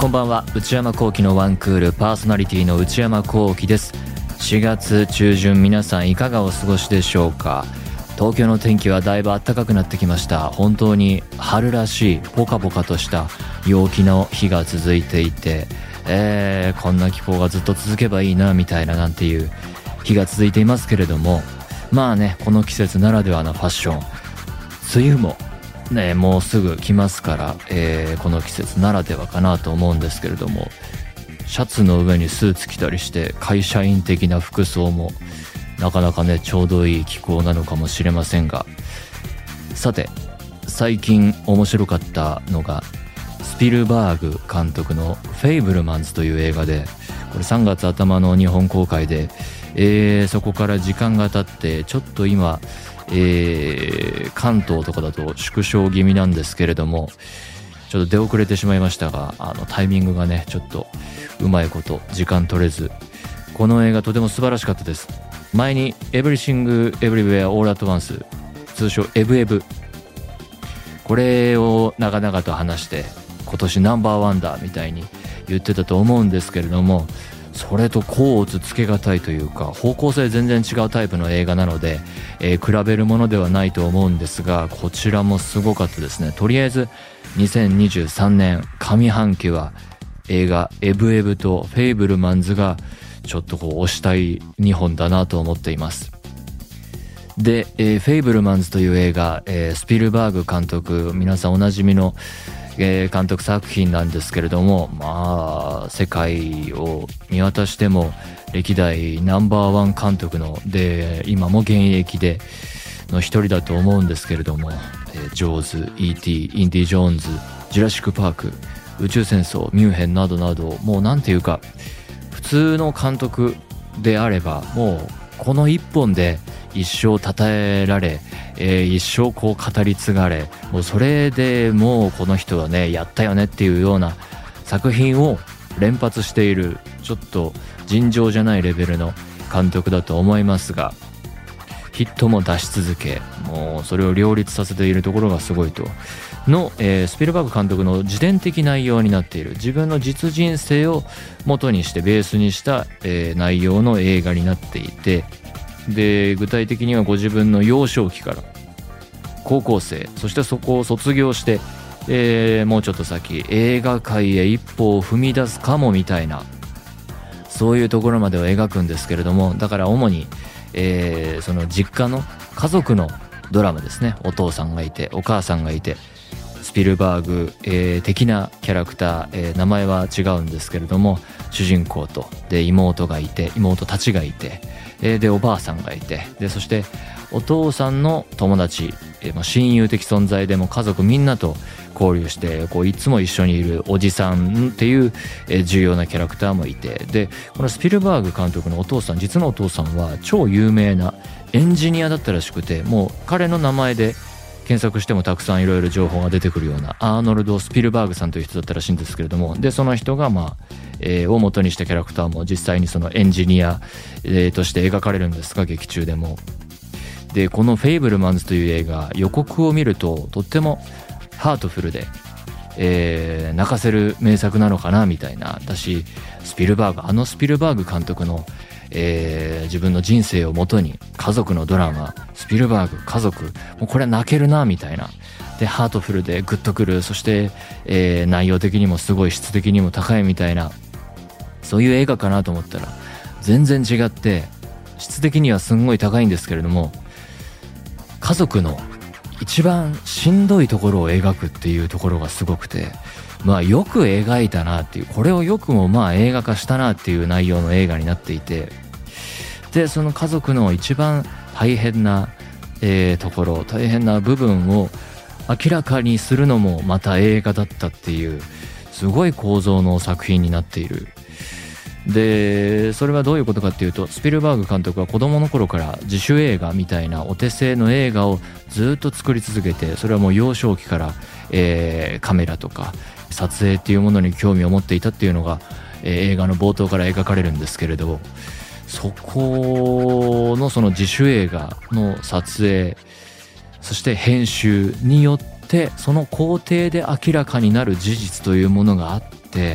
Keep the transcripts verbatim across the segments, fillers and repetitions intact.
こんばんは。内山聖輝のワンクールパーソナリティの内山聖輝です。しがつ中旬、皆さんいかがお過ごしでしょうか。東京の天気はだいぶ暖かくなってきました。本当に春らしいポカポカとした陽気の日が続いていて、えー、こんな気候がずっと続けばいいなみたいななんていう日が続いていますけれども、まあね、この季節ならではのファッション、梅雨もね、もうすぐ来ますから、えー、この季節ならではかなと思うんですけれども、シャツの上にスーツ着たりして会社員的な服装もなかなかね、ちょうどいい気候なのかもしれませんが、さて最近面白かったのがスピルバーグ監督のフェイブルマンズという映画で、これさんがつ頭の日本公開で、えー、そこから時間が経ってちょっと今えー、関東とかだと縮小気味なんですけれども、ちょっと出遅れてしまいましたが、あのタイミングがねちょっとうまいこと時間取れず、この映画とても素晴らしかったです。前に Everything Everywhere All at Once、 通称エブエブ、これを長々と話して今年ナンバーワンだみたいに言ってたと思うんですけれども、それと甲乙つけがたいというか、方向性全然違うタイプの映画なので、えー、比べるものではないと思うんですが、こちらもすごかったですね。とりあえずにせんにじゅうさんねん上半期は映画エブエブとフェイブルマンズがちょっとこう推したいにほんだなと思っています。で、えー、フェイブルマンズという映画、えー、スピルバーグ監督、皆さんおなじみのえー、監督作品なんですけれども、まあ世界を見渡しても歴代ナンバーワン監督ので、今も現役での一人だと思うんですけれども、えー、ジョーズ、 イーティー、インディ・ジョーンズ、ジュラシック・パーク、宇宙戦争、ミュンヘンなどなど、もうなんていうか普通の監督であればもうこの一本で一生称えられ、えー、一生こう語り継がれ、もうそれでもうこの人はねやったよねっていうような作品を連発している、ちょっと尋常じゃないレベルの監督だと思いますが、ヒットも出し続け、もうそれを両立させているところがすごいとの、えー、スピルバーグ監督の自伝的内容になっている、自分の実人生を元にしてベースにした、えー、内容の映画になっていて、で具体的にはご自分の幼少期から高校生、そしてそこを卒業して、えー、もうちょっと先映画界へ一歩を踏み出すかもみたいな、そういうところまでを描くんですけれども、だから主に、えー、その実家の家族のドラマですね。お父さんがいてお母さんがいて、スピルバーグ、えー、的なキャラクター、えー、名前は違うんですけれども、主人公とで妹がいて、妹たちがいて、えー、でおばあさんがいて、でそしてお父さんの友達、えーまあ、親友的存在でも家族みんなと交流して、こういつも一緒にいるおじさんっていう、えー、重要なキャラクターもいて、でこのスピルバーグ監督のお父さん、実のお父さんは超有名なエンジニアだったらしくて、もう彼の名前で検索してもたくさんいろいろ情報が出てくるようなアーノルド・スピルバーグさんという人だったらしいんですけれども、でその人がまあ、えー、を元にしたキャラクターも実際にそのエンジニア、えー、として描かれるんですが、劇中でも。でこのフェイブルマンズという映画、予告を見るととってもハートフルで、えー、泣かせる名作なのかなみたいな。私スピルバーグ、あのスピルバーグ監督のえー、自分の人生をもとに家族のドラマ、スピルバーグ家族、もうこれは泣けるなみたいな、でハートフルでグッとくる、そして、えー、内容的にもすごい質的にも高いみたいな、そういう映画かなと思ったら全然違って、質的にはすんごい高いんですけれども、家族の一番しんどいところを描くっていうところがすごくて、まあよく描いたなっていう、これをよくもまあ映画化したなっていう内容の映画になっていて、でその家族の一番大変な、えー、ところ、大変な部分を明らかにするのもまた映画だったっていう、すごい構造の作品になっている。でそれはどういうことかっていうと、スピルバーグ監督は子供の頃から自主映画みたいなお手製の映画をずっと作り続けて、それはもう幼少期から、えー、カメラとか撮影っていうものに興味を持っていたっていうのが、えー、映画の冒頭から描かれるんですけれど、そこのその自主映画の撮影、そして編集によっててその工程で明らかになる事実というものがあって、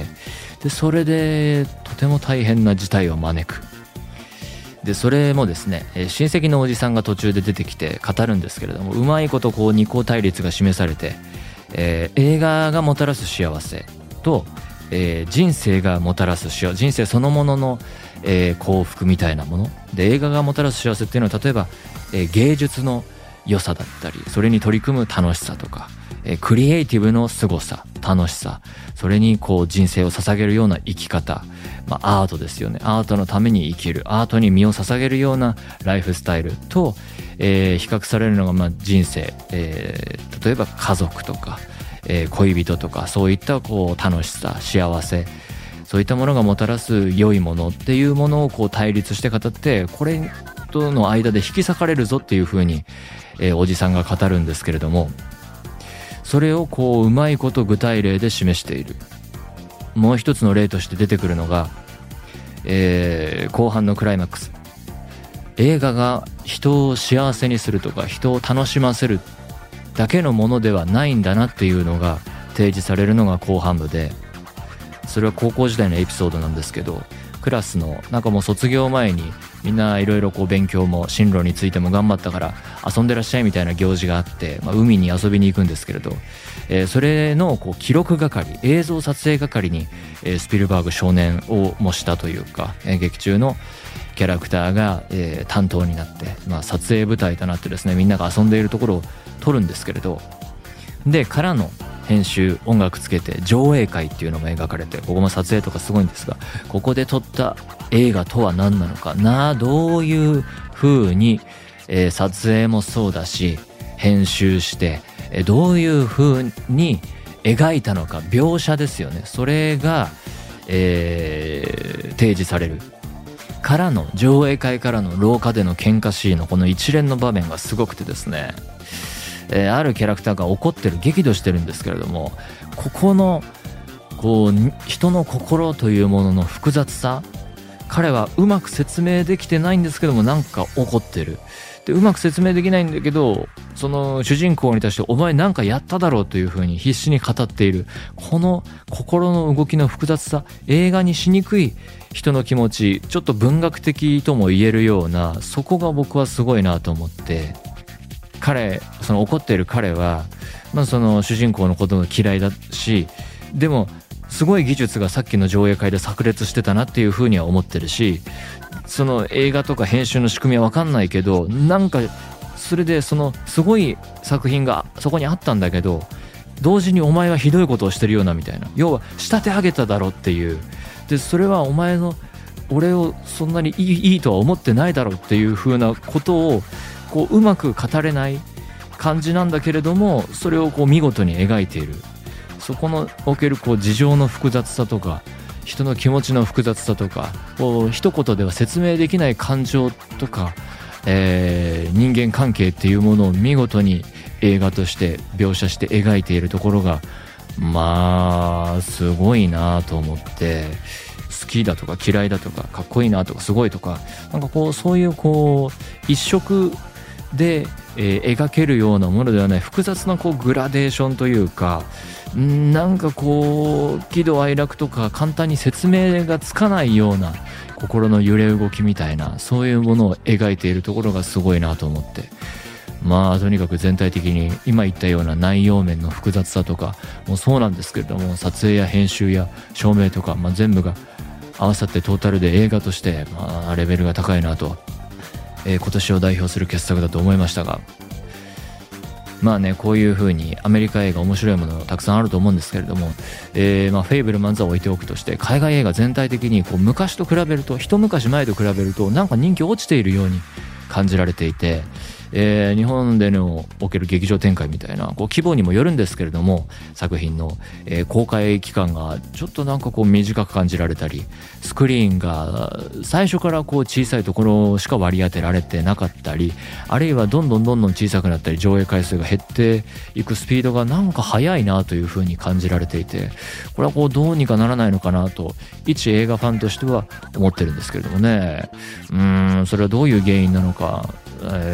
でそれでとても大変な事態を招く。でそれもですね、えー親戚のおじさんが途中で出てきて語るんですけれども、うまいことこう二項対立が示されて、えー映画がもたらす幸せと、えー人生がもたらす幸せ、人生そのものの、えー幸福みたいなもので、映画がもたらす幸せっていうのは例えば、えー芸術の良さだったり、それに取り組む楽しさとか、えークリエイティブの凄さ、楽しさ、それにこう人生を捧げるような生き方、まあアートですよね。アートのために生きる、アートに身を捧げるようなライフスタイルと、えー比較されるのがまあ人生、えー例えば家族とか、えー恋人とか、そういったこう楽しさ、幸せ、そういったものがもたらす良いものっていうものをこう対立して語って、これとの間で引き裂かれるぞっていうふうに、えーおじさんが語るんですけれども、それをこううまいこと具体例で示している。もう一つの例として出てくるのが、えー後半のクライマックス、映画が人を幸せにするとか人を楽しませるだけのものではないんだなっていうのが提示されるのが後半部で、それは高校時代のエピソードなんですけど、クラスのなんかもう卒業前にみんないろいろこう勉強も進路についても頑張ったから遊んでらっしゃいみたいな行事があって、まあ、海に遊びに行くんですけれど、えーそれのこう記録係、映像撮影係に、えースピルバーグ少年を模したというか、えー劇中のキャラクターが、えー担当になって、まあ、撮影舞台となってですね、みんなが遊んでいるところを撮るんですけれど、でからの編集、音楽つけて上映会っていうのも描かれて、ここも撮影とかすごいんですが、ここで撮った映画とは何なのかな、どういう風に、えー撮影もそうだし編集して、えーどういう風に描いたのか、描写ですよね。それが、えー提示されるからの、上映会からの廊下での喧嘩シーンのこの一連の場面がすごくてですね、えーあるキャラクターが怒ってる、激怒してるんですけれども、ここのこう人の心というものの複雑さ、彼はうまく説明できてないんですけども、なんか怒ってる。でうまく説明できないんだけど、その主人公に対してお前なんかやっただろうというふうに必死に語っている、この心の動きの複雑さ、映画にしにくい人の気持ち、ちょっと文学的とも言えるような、そこが僕はすごいなと思って、彼、その怒っている彼は、まあ、その主人公のことが嫌いだし、でもすごい技術がさっきの上映会で炸裂してたなっていうふうには思ってるし、その映画とか編集の仕組みは分かんないけど、なんかそれでそのすごい作品がそこにあったんだけど、同時にお前はひどいことをしてるようなみたいな、要は仕立て上げただろっていう、でそれはお前の俺をそんなにいい、いいとは思ってないだろうっていうふうなことをこううまく語れない感じなんだけれども、それをこう見事に描いている。そこのおけるこう事情の複雑さとか、人の気持ちの複雑さとか、こう一言では説明できない感情とか、えー人間関係っていうものを見事に映画として描写して描いているところが、まあすごいなと思って、好きだとか嫌いだとかかっこいいなとかすごいとか、なんかこうそういうこう一色で、えー描けるようなものではない、複雑なこうグラデーションというか、んなんかこう喜怒哀楽とか簡単に説明がつかないような心の揺れ動きみたいな、そういうものを描いているところがすごいなと思って、まあとにかく全体的に今言ったような内容面の複雑さとかもそうなんですけれども、撮影や編集や照明とか、まあ、全部が合わさってトータルで映画として、まあ、レベルが高いなと、えー今年を代表する傑作だと思いましたが、まあね、こういう風にアメリカ映画面白いものたくさんあると思うんですけれども、えーまあフェイブルマンズは置いておくとして、海外映画全体的にこう昔と比べると、一昔前と比べるとなんか人気落ちているように感じられていて、えー日本でのおける劇場展開みたいなこう規模にもよるんですけれども、作品の、えー公開期間がちょっとなんかこう短く感じられたり、スクリーンが最初からこう小さいところしか割り当てられてなかったり、あるいはどんどんどんどん小さくなったり、上映回数が減っていくスピードがなんか速いなというふうに感じられていて、これはこうどうにかならないのかなと一映画ファンとしては思ってるんですけれどもね。うーんそれはどういう原因なのか、えー映画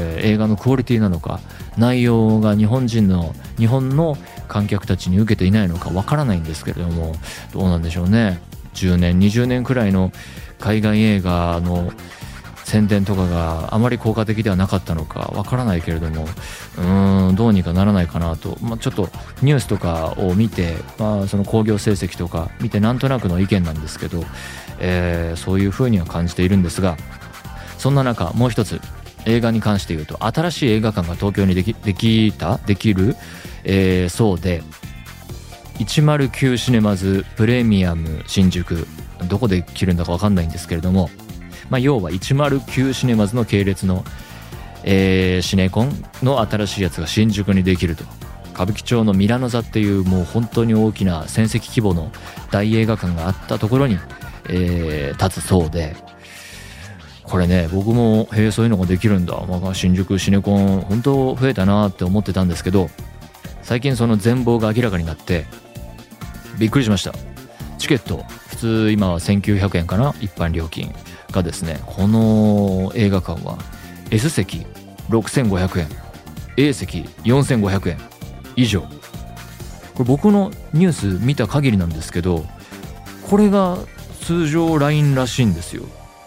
画のクオリティなのか、内容が日本人の日本の観客たちに受けていないのかわからないんですけれども、どうなんでしょうね。じゅうねんにじゅうねんくらいの海外映画の宣伝とかがあまり効果的ではなかったのかわからないけれども、うーんどうにかならないかなと、まあ、ちょっとニュースとかを見て、まあ、その興行成績とか見てなんとなくの意見なんですけど、えー、そういう風には感じているんですが、そんな中もう一つ映画に関して言うと、新しい映画館が東京にでき、できたできる、えー、そうでいちまるきゅうシネマズプレミアム新宿、どこで切るんだか分かんないんですけれども、まあ、要はいちまるきゅうシネマズの系列の、えー、シネコンの新しいやつが新宿にできると。歌舞伎町のミラノ座っていうもう本当に大きなせん席規模の大映画館があったところに、えー、立つそうで、これね僕もへえそういうのができるんだ、まあ、新宿シネコン本当増えたなって思ってたんですけど、最近その全貌が明らかになってびっくりしました。チケット普通今はせんきゅうひゃくえんかな、一般料金がですね、この映画館は S 席ろくせんごひゃくえん、 A 席よんせんごひゃくえん以上。これ僕のニュース見た限りなんですけど、これが通常ラインらしいんですよ。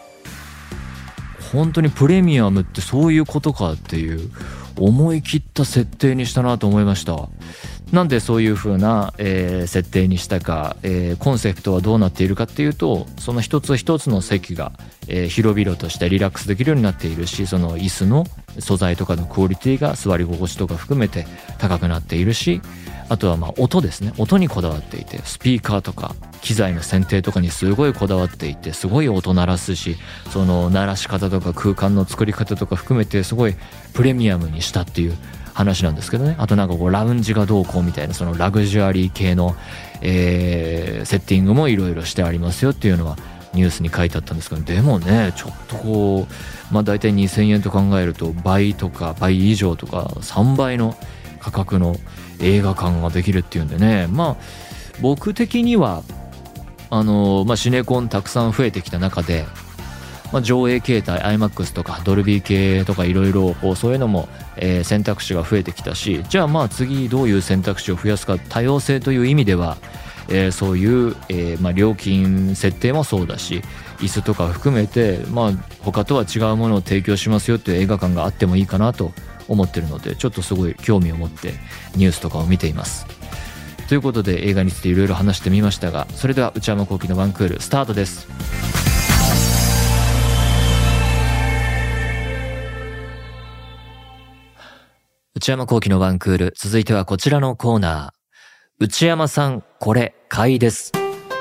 本当にプレミアムってそういうことかっていう思い切った設定にしたなと思いました。なんでそういう風な、えー、設定にしたか、えー、コンセプトはどうなっているかっていうと、その一つ一つの席が、えー、広々としてリラックスできるようになっているし、その椅子の素材とかのクオリティが座り心地とか含めて高くなっているし、あとはまあ音ですね、音にこだわっていて、スピーカーとか機材の選定とかにすごいこだわっていて、すごい音鳴らすし、その鳴らし方とか空間の作り方とか含めてすごいプレミアムにしたっていう話なんですけどね。あとなんかこうラウンジがどうこうみたいな、そのラグジュアリー系の、えー、セッティングもいろいろしてありますよっていうのはニュースに書いてあったんですけど、でもねちょっとこうまあ大体にせんえんと考えると倍とか倍以上とかさんばいの価格の映画館ができるっていうんでね、まあ僕的にはあのまあシネコンたくさん増えてきた中で、まあ、上映形態 アイマックス とかドルビー系とかいろいろそういうのも、えー、選択肢が増えてきたし、じゃあまあ次どういう選択肢を増やすか、多様性という意味では、えー、そういう、えーまあ、料金設定もそうだし、椅子とか含めて、まあ、他とは違うものを提供しますよっていう映画館があってもいいかなと思ってるので、ちょっとすごい興味を持ってニュースとかを見ています。ということで映画についていろいろ話してみましたが、それでは内山聖輝のワンクールスタートです。内山聖輝のワンクール、続いてはこちらのコーナー、内山さんこれ買いです。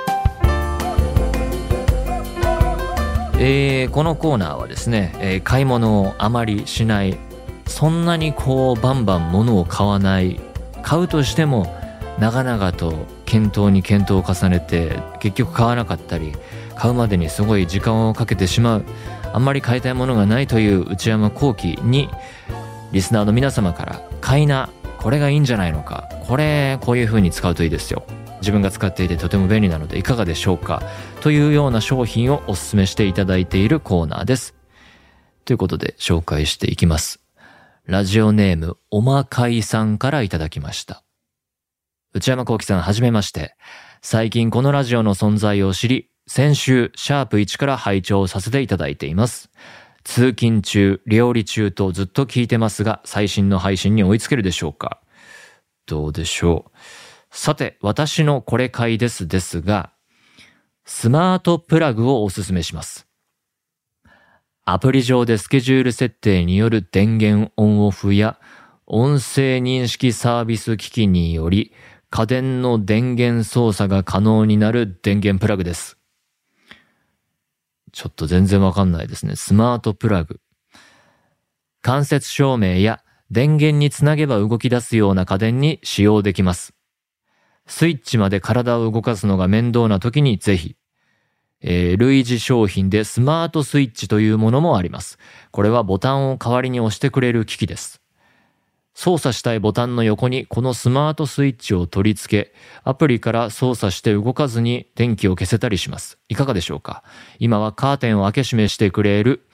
えー、このコーナーはですね、えー、買い物をあまりしない、そんなにこうバンバン物を買わない、買うとしても長々と検討に検討を重ねて結局買わなかったり、買うまでにすごい時間をかけてしまう、あんまり買いたいものがないという内山聖輝にリスナーの皆様から買いな、これがいいんじゃないのか、これこういう風に使うといいですよ、自分が使っていてとても便利なのでいかがでしょうかというような商品をお勧めしていただいているコーナーです。ということで紹介していきます。ラジオネームおまかいさんからいただきました。内山聖輝さんはじめまして。最近このラジオの存在を知り、先週シャープいちから拝聴させていただいています。通勤中、料理中とずっと聞いてますが、最新の配信に追いつけるでしょうか。どうでしょう。さて、私のこれ買いですですが、スマートプラグをおすすめします。アプリ上でスケジュール設定による電源オンオフや音声認識サービス機器により家電の電源操作が可能になる電源プラグです。ちょっと全然わかんないですね。スマートプラグ。間接照明や電源につなげば動き出すような家電に使用できます。スイッチまで体を動かすのが面倒な時にぜひ。えー、類似商品でスマートスイッチというものもあります。これはボタンを代わりに押してくれる機器です。操作したいボタンの横にこのスマートスイッチを取り付け、アプリから操作して動かずに電気を消せたりします。いかがでしょうか。今はカーテンを開け閉めしてくれる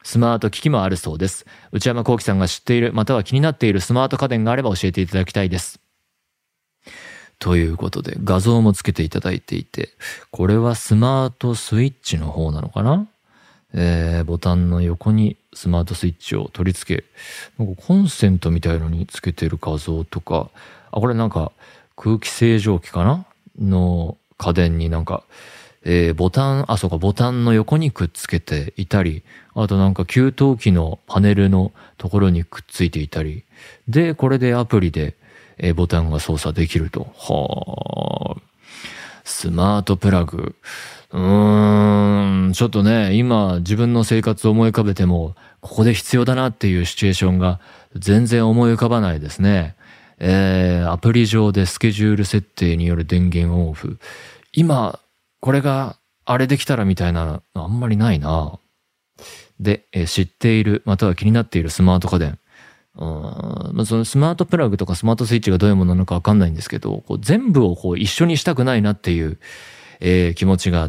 スマート機器もあるそうです。内山聖輝さんが知っているまたは気になっているスマート家電があれば教えていただきたいです。ということで画像もつけていただいていて、これはスマートスイッチの方なのかな。えー、ボタンの横にスマートスイッチを取り付け、なんかコンセントみたいのにつけてる画像とか、あ、これなんか空気清浄機かなの家電になんか、えー、ボタン、あ、そうか、ボタンの横にくっつけていたり、あとなんか給湯器のパネルのところにくっついていたり、で、これでアプリで、えー、ボタンが操作できると。はあ。スマートプラグ。うーん、ちょっとね、今自分の生活を思い浮かべても、ここで必要だなっていうシチュエーションが全然思い浮かばないですね。えー、アプリ上でスケジュール設定による電源オンオフ。今、これがあれできたらみたいなのあんまりないな。で、えー、知っているまたは気になっているスマート家電。うん、まあ、そのスマートプラグとかスマートスイッチがどういうものなのかわかんないんですけど、こう全部をこう一緒にしたくないなっていう、えー、気持ちがあって、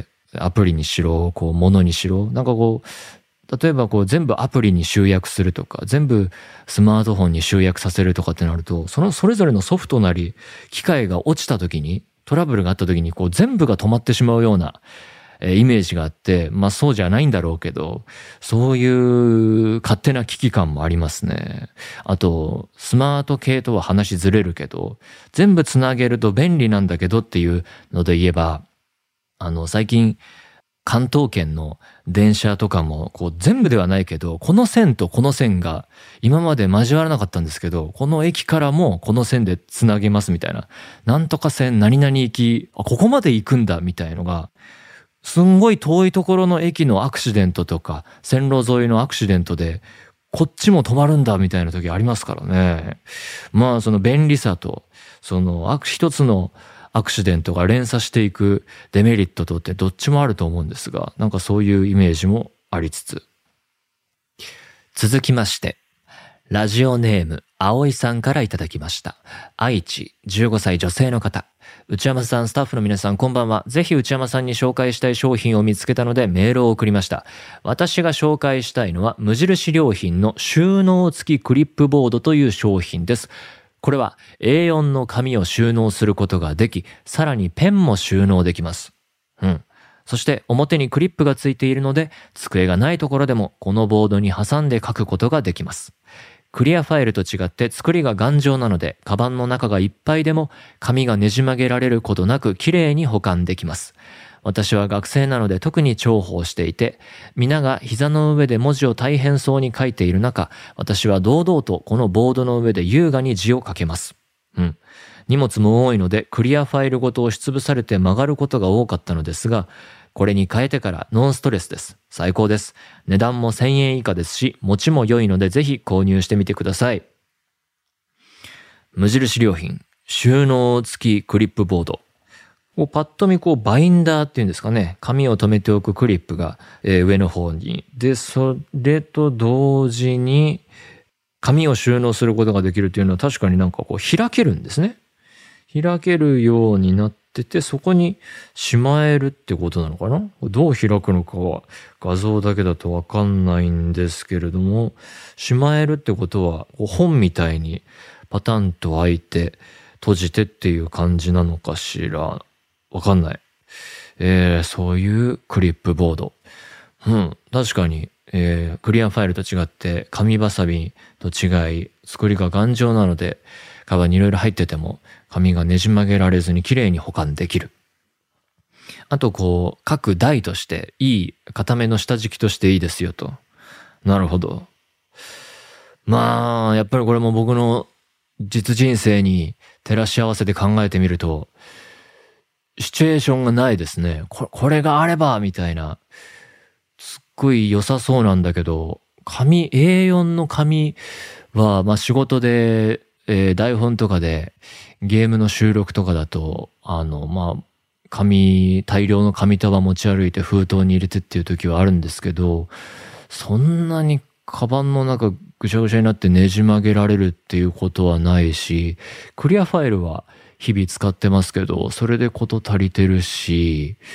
アプリにしろ、こう物にしろ、なんかこう、例えばこう全部アプリに集約するとか、全部スマートフォンに集約させるとかってなると、そのそれぞれのソフトなり機械が落ちた時に、トラブルがあった時にこう全部が止まってしまうような、イメージがあって、まあそうじゃないんだろうけど、そういう勝手な危機感もありますね。あと、スマート系とは話ずれるけど、全部つなげると便利なんだけどっていうので言えば、あの最近関東圏の電車とかもこう全部ではないけど、この線とこの線が今まで交わらなかったんですけど、この駅からもこの線でつなげますみたいな、なんとか線何々行き、あ、ここまで行くんだみたいのが、すんごい遠いところの駅のアクシデントとか、線路沿いのアクシデントで、こっちも止まるんだみたいな時ありますからね。まあその便利さと、その一つのアクシデントが連鎖していくデメリットとってどっちもあると思うんですが、なんかそういうイメージもありつつ。続きまして、ラジオネーム、葵さんからいただきました。愛知、じゅうごさい女性の方。内山さん、スタッフの皆さん、こんばんは。ぜひ内山さんに紹介したい商品を見つけたのでメールを送りました。私が紹介したいのは、無印良品の収納付きクリップボードという商品です。これは エーよん の紙を収納することができ、さらにペンも収納できます。うん。そして表にクリップがついているので、机がないところでもこのボードに挟んで書くことができます。クリアファイルと違って作りが頑丈なので、カバンの中がいっぱいでも紙がねじ曲げられることなくきれいに保管できます。私は学生なので特に重宝していて、皆が膝の上で文字を大変そうに書いている中、私は堂々とこのボードの上で優雅に字を書けます。うん。荷物も多いのでクリアファイルごと押しつぶされて曲がることが多かったのですが、これに変えてからノンストレスです。最高です。値段もせんえん以下ですし、持ちも良いのでぜひ購入してみてください。無印良品、収納付きクリップボード。こうパッと見こうバインダーっていうんですかね。紙を留めておくクリップが、えー、上の方に。で、それと同時に紙を収納することができるというのは確かになんかこう開けるんですね。開けるようになってて、そこにしまえるってことなのかな？どう開くのかは画像だけだとわかんないんですけれども、しまえるってことはこう本みたいにパタンと開いて閉じてっていう感じなのかしら。わかんない。えー、そういうクリップボード。うん、確かに、えー、クリアファイルと違って紙バサミと違い、作りが頑丈なので、カバンにいろいろ入ってても紙がねじ曲げられずにきれいに保管できる。あとこう各台としていい固めの下敷きとしていいですよと。なるほど。まあやっぱりこれも僕の実人生に照らし合わせて考えてみるとシチュエーションがないですね。これ、これがあればみたいなすっごい良さそうなんだけど、紙 エーよん の紙はまあ仕事でえー、台本とかでゲームの収録とかだとあのまあ紙大量の紙束持ち歩いて封筒に入れてっていう時はあるんですけど、そんなにカバンの中ぐしゃぐしゃになってねじ曲げられるっていうことはないし、クリアファイルは日々使ってますけどそれでこと足りてるし、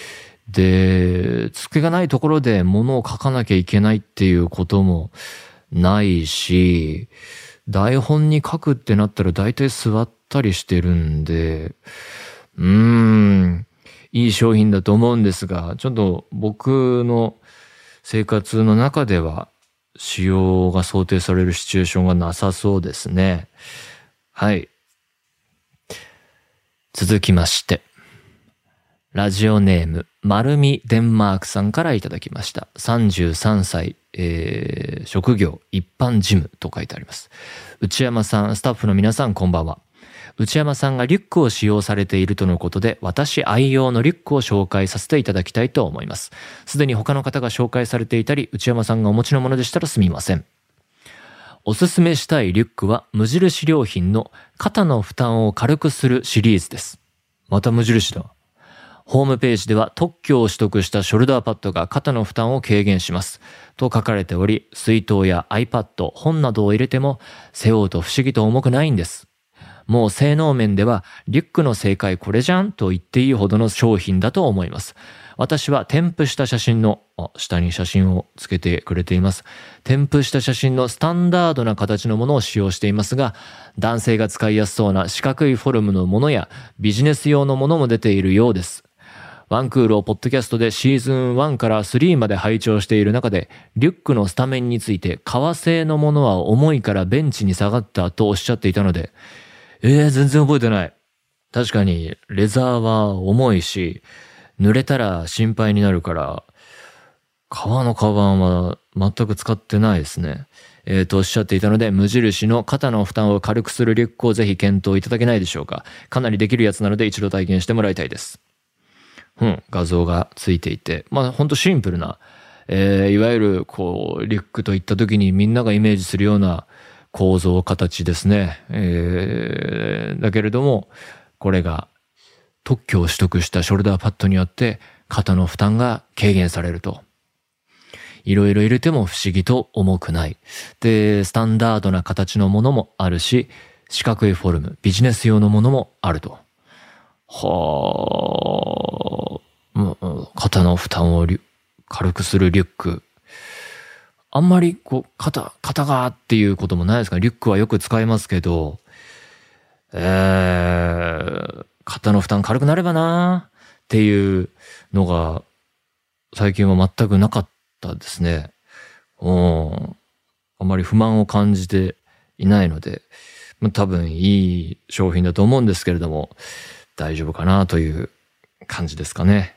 で、机がないところで物を書かなきゃいけないっていうこともないし、台本に書くってなったら大体座ったりしてるんで、うーん、いい商品だと思うんですが、ちょっと僕の生活の中では使用が想定されるシチュエーションがなさそうですね。はい。続きまして、ラジオネーム、丸見デンマークさんからいただきました。さんじゅうさんさい、えー、職業、一般事務と書いてあります。内山さん、スタッフの皆さん、こんばんは。内山さんがリュックを使用されているとのことで、私愛用のリュックを紹介させていただきたいと思います。すでに他の方が紹介されていたり、内山さんがお持ちのものでしたらすみません。おすすめしたいリュックは、無印良品の肩の負担を軽くするシリーズです。また無印だ。ホームページでは特許を取得したショルダーパッドが肩の負担を軽減します。と書かれており、水筒や iPad、本などを入れても背負うと不思議と重くないんです。もう性能面ではリュックの正解これじゃんと言っていいほどの商品だと思います。私は添付した写真の、あ、下に写真をつけてくれています。添付した写真のスタンダードな形のものを使用していますが、男性が使いやすそうな四角いフォルムのものやビジネス用のものも出ているようです。ワンクールをポッドキャストでシーズンワンからスリーまで拝聴している中で、リュックのスタメンについて革製のものは重いからベンチに下がったとおっしゃっていたので、えー、全然覚えてない。確かにレザーは重いし、濡れたら心配になるから、革のカバンは全く使ってないですね。えーとおっしゃっていたので、無印の肩の負担を軽くするリュックをぜひ検討いただけないでしょうか。かなりできるやつなので一度体験してもらいたいです。うん、画像がついていて、まあほんとシンプルな、えー、いわゆるこうリュックといった時にみんながイメージするような構造形ですね。えー、だけれどもこれが特許を取得したショルダーパッドによって肩の負担が軽減されると。いろいろ入れても不思議と重くない。で、スタンダードな形のものもあるし、四角いフォルム、ビジネス用のものもあると。はあ、肩の負担を軽くするリュック。あんまりこう肩、肩がっていうこともないですか？リュックはよく使いますけど、えー、肩の負担軽くなればなっていうのが最近は全くなかったですね。うん。あまり不満を感じていないので、多分いい商品だと思うんですけれども、大丈夫かなという感じですかね。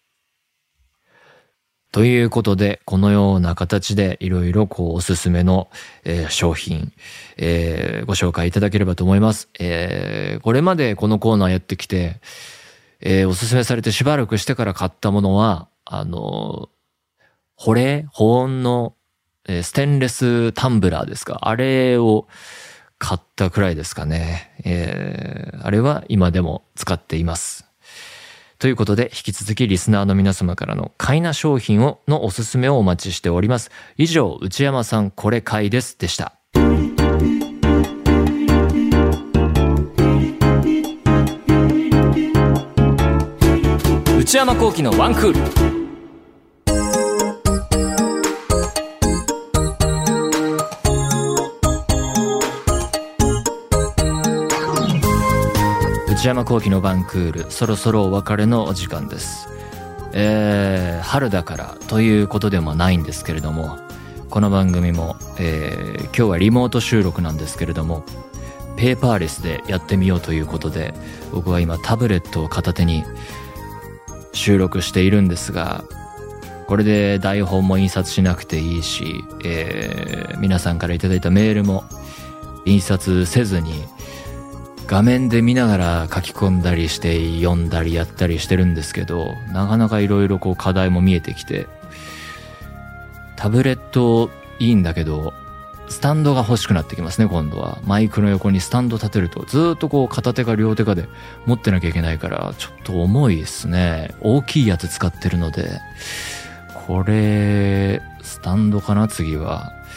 ということで、このような形でいろいろこうおすすめの、えー、商品、えー、ご紹介いただければと思います。えー、これまでこのコーナーやってきて、えー、おすすめされてしばらくしてから買ったものは、あの、保冷、保温の、えー、ステンレスタンブラーですか。あれを買ったくらいですかね。えー、あれは今でも使っています。ということで、引き続きリスナーの皆様からの買いな商品をのおすすめをお待ちしております。以上、内山さんこれ買いですでした。内山昂輝のワンクール。内山昂輝のワンクール、そろそろお別れのお時間です。えー、春だからということでもないんですけれども、この番組も、えー、今日はリモート収録なんですけれども、ペーパーレスでやってみようということで、僕は今タブレットを片手に収録しているんですが、これで台本も印刷しなくていいし、えー、皆さんからいただいたメールも印刷せずに画面で見ながら書き込んだりして読んだりやったりしてるんですけど、なかなかいろいろこう課題も見えてきて、タブレットいいんだけどスタンドが欲しくなってきますね。今度はマイクの横にスタンド立てるとずっとこう片手か両手かで持ってなきゃいけないからちょっと重いですね。大きいやつ使ってるので、これスタンドかな次は。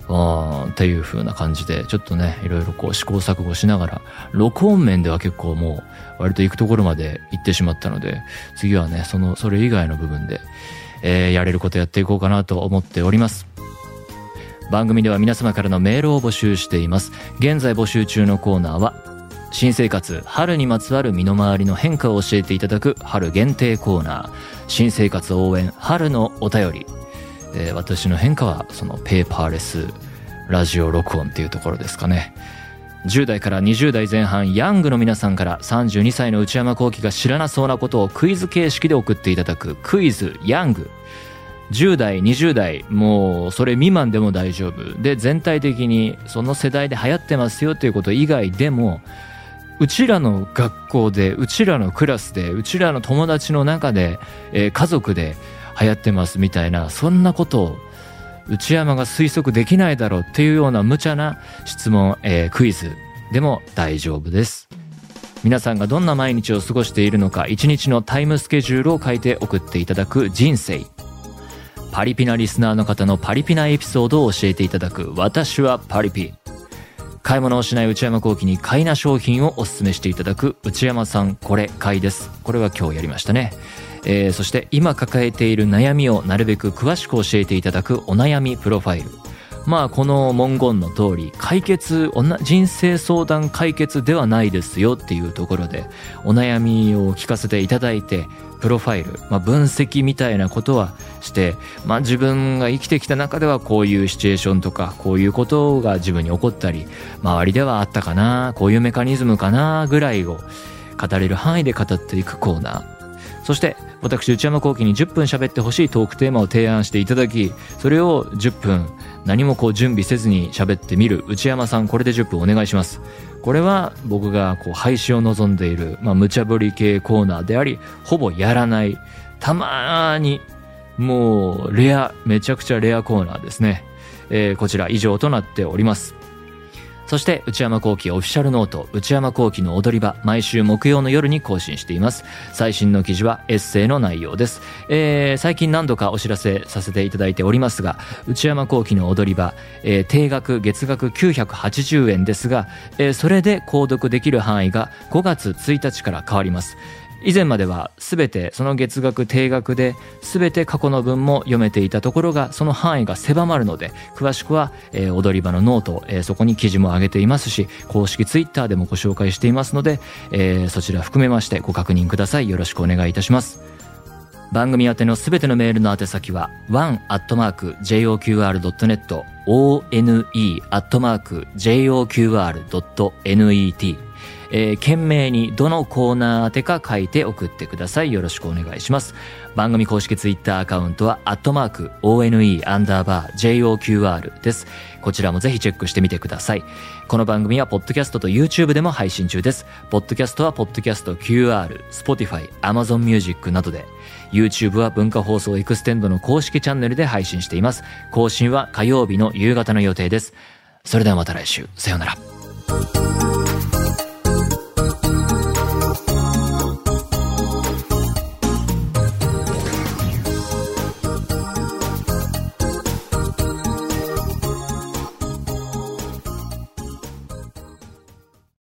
あっていう風な感じでちょっとねいろいろこう試行錯誤しながら、録音面では結構もう割と行くところまで行ってしまったので、次はねそのそれ以外の部分で、えー、やれることやっていこうかなと思っております。番組では皆様からのメールを募集しています。現在募集中のコーナーは新生活春にまつわる身の回りの変化を教えていただく春限定コーナー、新生活応援春のお便り。えー、私の変化はそのペーパーレスラジオ録音っていうところですかね。じゅう代からにじゅう代前半ヤングの皆さんからさんじゅうにさいの内山聖輝が知らなそうなことをクイズ形式で送っていただくクイズヤング。じゅう代にじゅう代もうそれ未満でも大丈夫で、全体的にその世代で流行ってますよということ以外でも、うちらの学校でうちらのクラスでうちらの友達の中で、えー、家族で流行ってますみたいな、そんなことを内山が推測できないだろうっていうような無茶な質問、えー、クイズでも大丈夫です。皆さんがどんな毎日を過ごしているのか、一日のタイムスケジュールを書いて送っていただく人生。パリピなリスナーの方のパリピなエピソードを教えていただく私はパリピ。買い物をしない内山聖輝に買いな商品をお勧めしていただく内山さんこれ買いです。これは今日やりましたね。えー、そして今抱えている悩みをなるべく詳しく教えていただくお悩みプロファイル。まあこの文言の通り解決おな人生相談解決ではないですよっていうところでお悩みを聞かせていただいて、プロファイル、まあ、分析みたいなことはして、まあ、自分が生きてきた中ではこういうシチュエーションとかこういうことが自分に起こったり周りではあったかな、こういうメカニズムかなぐらいを語れる範囲で語っていくコーナー。そして私内山聖輝にじゅっぷん喋ってほしいトークテーマを提案していただき、それをじゅっぷん何もこう準備せずに喋ってみる内山さんこれでじゅっぷんお願いします。これは僕がこう廃止を望んでいる、まあ、無茶ぶり系コーナーであり、ほぼやらない、たまーにもうレア、めちゃくちゃレアコーナーですね。えー、こちら以上となっております。そして内山聖輝オフィシャルノート内山聖輝の踊り場、毎週木曜の夜に更新しています。最新の記事はエッセイの内容です。えー、最近何度かお知らせさせていただいておりますが、内山聖輝の踊り場、えー、定額月額きゅうひゃくはちじゅうえんですが、えー、それで購読できる範囲がごがつついたちから変わります。以前まではすべてその月額定額ですべて過去の分も読めていたところが、その範囲が狭まるので、詳しくは、えー、踊り場のノート、えー、そこに記事も上げていますし、公式ツイッターでもご紹介していますので、えー、そちら含めましてご確認ください。よろしくお願いいたします。番組宛てのすべてのメールの宛先は ワン アットマーク ジェイオーキューアール ドットネット オーエヌイー アットマーク ジェイオーキューアール ドットネットえー、懸命にどのコーナー宛てか書いて送ってください。よろしくお願いします。番組公式ツイッターアカウントはアットマーク オーエヌイー アンダーバー ジェイオーキューアール です。こちらもぜひチェックしてみてください。この番組はポッドキャストと YouTube でも配信中です。ポッドキャストはポッドキャスト キューアール、Spotify、Amazon Music などで、YouTube は文化放送エクステンドの公式チャンネルで配信しています。更新は火曜日の夕方の予定です。それではまた来週。さようなら。